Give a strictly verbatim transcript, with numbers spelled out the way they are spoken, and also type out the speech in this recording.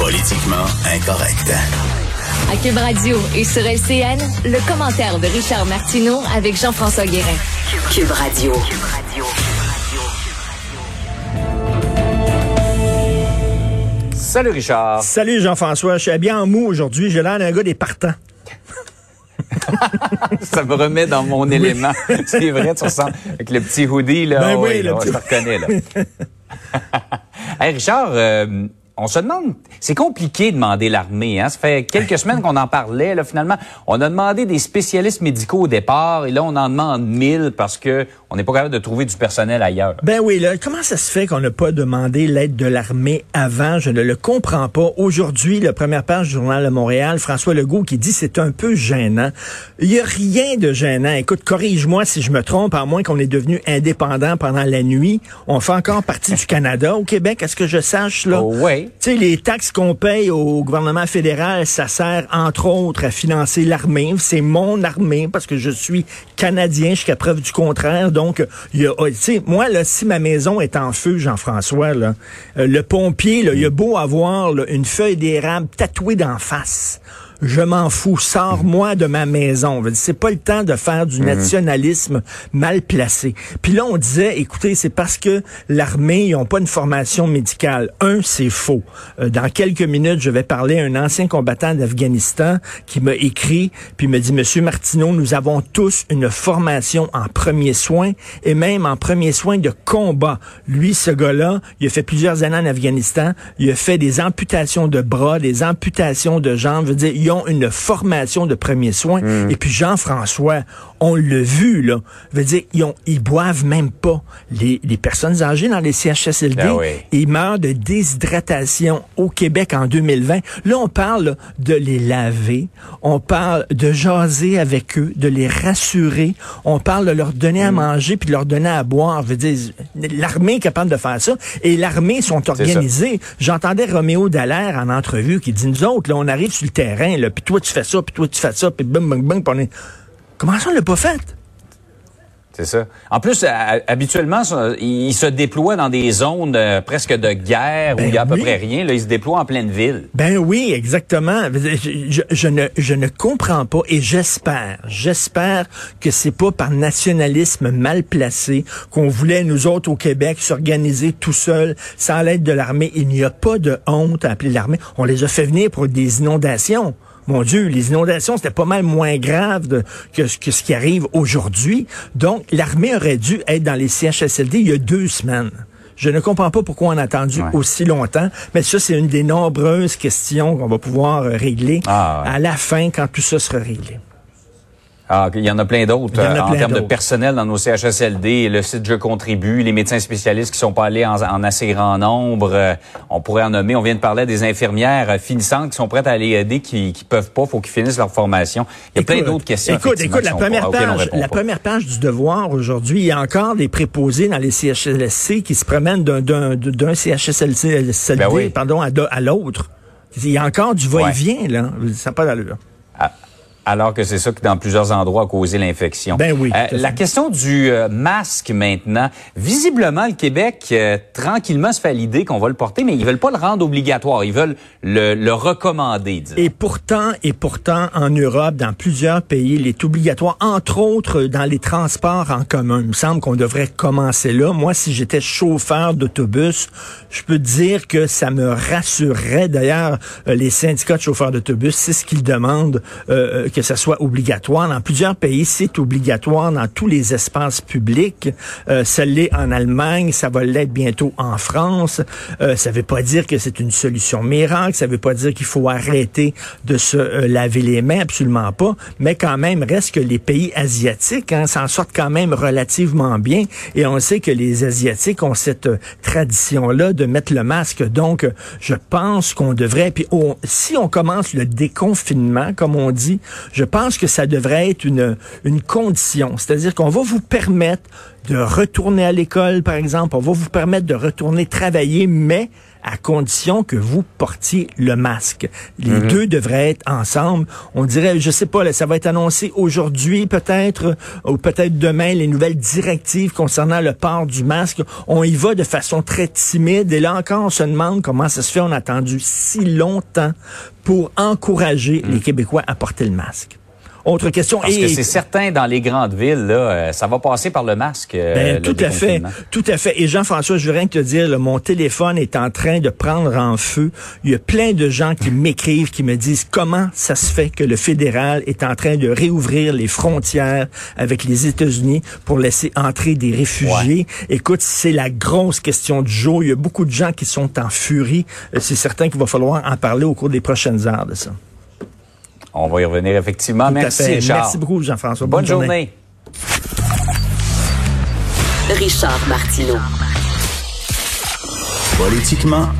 Politiquement incorrect. À Cube Radio et sur L C N, le commentaire de Richard Martineau avec Jean-François Guérin. Cube Radio. Cube Radio. Salut Richard. Salut Jean-François, je suis bien en mou aujourd'hui, j'ai l'air d'un gars des partants. Ça me remet dans mon oui. élément. C'est vrai, tu ressens avec le petit hoodie, là. Ben oh, oui, oui là, petit... je te reconnais, là. Hey Richard, euh, on se demande, c'est compliqué de demander l'armée, hein? Ça fait quelques semaines qu'on en parlait, là, finalement. On a demandé des spécialistes médicaux au départ, et là, on en demande mille parce que on n'est pas capable de trouver du personnel ailleurs. Ben oui, là, comment ça se fait qu'on n'a pas demandé l'aide de l'armée avant? Je ne le comprends pas. Aujourd'hui, la première page du Journal de Montréal, François Legault qui dit c'est un peu gênant. Il n'y a rien de gênant. Écoute, corrige-moi si je me trompe, à moins qu'on est devenu indépendant pendant la nuit. On fait encore partie du Canada au Québec, est-ce que je sache, là? Oh, oui. Tu sais, les taxes qu'on paye au gouvernement fédéral, ça sert, entre autres, à financer l'armée. C'est mon armée, parce que je suis Canadien jusqu'à preuve du contraire. Donc, il y a, tu sais, moi, là, si ma maison est en feu, Jean-François, là, euh, le pompier, là, il a beau avoir là, une feuille d'érable tatouée d'en face. Je m'en fous. Sors-moi de ma maison. C'est pas le temps de faire du nationalisme mal placé. Puis là, on disait, écoutez, c'est parce que l'armée, ils ont pas une formation médicale. Un, c'est faux. Euh, dans quelques minutes, je vais parler à un ancien combattant d'Afghanistan qui m'a écrit, puis me dit, Monsieur Martineau, nous avons tous une formation en premiers soins et même en premiers soins de combat. Lui, ce gars-là, il a fait plusieurs années en Afghanistan. Il a fait des amputations de bras, des amputations de jambes. Je veux dire, ils ont une formation de premiers soins. Mmh. Et puis Jean-François, on l'a vu, là. Veut dire, ils, ont, ils boivent même pas. Les, les personnes âgées dans les C H S L D, ah oui. ils meurent de déshydratation au Québec en deux mille vingt. Là, on parle là, de les laver. On parle de jaser avec eux, de les rassurer. On parle de leur donner mmh. à manger puis de leur donner à boire. Veut dire, l'armée est capable de faire ça. Et l'armée sont organisées. J'entendais Roméo Dallaire en entrevue qui dit, nous autres, là, on arrive sur le terrain, puis toi tu fais ça, puis toi tu fais ça, puis bum, bum, bum, puis on est... Comment ça on l'a pas fait? C'est ça. En plus, à, habituellement, ça, il se déploie dans des zones euh, presque de guerre ben où il y a à oui. peu près rien. Là, il se déploie en pleine ville. Ben oui, exactement. Je, je, je, ne, je ne comprends pas et j'espère, j'espère que c'est pas par nationalisme mal placé qu'on voulait, nous autres, au Québec, s'organiser tout seul, sans l'aide de l'armée. Il n'y a pas de honte à appeler l'armée. On les a fait venir pour des inondations. Mon Dieu, les inondations, c'était pas mal moins grave de, que, que ce qui arrive aujourd'hui. Donc, l'armée aurait dû être dans les C H S L D il y a deux semaines. Je ne comprends pas pourquoi on a attendu ouais. aussi longtemps, mais ça, c'est une des nombreuses questions qu'on va pouvoir régler ah, ouais. à la fin, quand tout ça sera réglé. Ah, il y en a plein d'autres en, euh, en termes d'autres. de personnel dans nos C H S L D. Le site Je contribue, les médecins spécialistes qui sont pas allés en, en assez grand nombre. Euh, on pourrait en nommer. On vient de parler des infirmières euh, finissantes qui sont prêtes à aller aider, qui qui peuvent pas, faut qu'ils finissent leur formation. Il y a écoute, plein d'autres questions. Écoute, écoute, la première pas, page, la pas. première page du Devoir aujourd'hui, il y a encore des préposés dans les C H S C qui se promènent d'un d'un, d'un C H S L D, ben oui. pardon, à, à l'autre. Il y a encore du va-et-vient là. Ça n'a pas d'allure. Ah. Alors que c'est ça qui, dans plusieurs endroits, a causé l'infection. Ben oui. Euh, la question du euh, masque, maintenant. Visiblement, le Québec, euh, tranquillement, se fait à l'idée qu'on va le porter, mais ils veulent pas le rendre obligatoire. Ils veulent le, le recommander, disons. Et pourtant, et pourtant, en Europe, dans plusieurs pays, il est obligatoire, entre autres dans les transports en commun. Il me semble qu'on devrait commencer là. Moi, si j'étais chauffeur d'autobus, je peux te dire que ça me rassurerait. D'ailleurs, euh, les syndicats de chauffeurs d'autobus, c'est ce qu'ils demandent, euh, que ça soit obligatoire. Dans plusieurs pays, c'est obligatoire dans tous les espaces publics. Euh, ça l'est en Allemagne, ça va l'être bientôt en France. Euh, ça veut pas dire que c'est une solution miracle, ça veut pas dire qu'il faut arrêter de se euh, laver les mains, absolument pas, mais quand même, reste que les pays asiatiques hein, s'en sortent quand même relativement bien, et on sait que les Asiatiques ont cette euh, tradition-là de mettre le masque. Donc, euh, je pense qu'on devrait, puis on, si on commence le déconfinement, comme on dit, je pense que ça devrait être une, une condition. C'est-à-dire qu'on va vous permettre de retourner à l'école, par exemple. On va vous permettre de retourner travailler, mais à condition que vous portiez le masque. Les Mm-hmm. deux devraient être ensemble. On dirait, je sais pas, là, ça va être annoncé aujourd'hui peut-être, ou peut-être demain, les nouvelles directives concernant le port du masque. On y va de façon très timide. Et là encore, on se demande comment ça se fait. On a attendu si longtemps pour encourager mm. les Québécois à porter le masque. Autre question. Parce et, que c'est certain, dans les grandes villes, là, euh, ça va passer par le masque. Euh, ben, le tout à fait, tout à fait. Et Jean-François, je veux rien que te dire, là, mon téléphone est en train de prendre en feu. Il y a plein de gens qui m'écrivent, qui me disent comment ça se fait que le fédéral est en train de réouvrir les frontières avec les États-Unis pour laisser entrer des réfugiés. Ouais. Écoute, c'est la grosse question du jour. Il y a beaucoup de gens qui sont en furie. C'est certain qu'il va falloir en parler au cours des prochaines heures de ça. On va y revenir effectivement. Tout Merci, Richard. Merci beaucoup, Jean-François. Bonne, Bonne journée. journée. Richard Martineau. Politiquement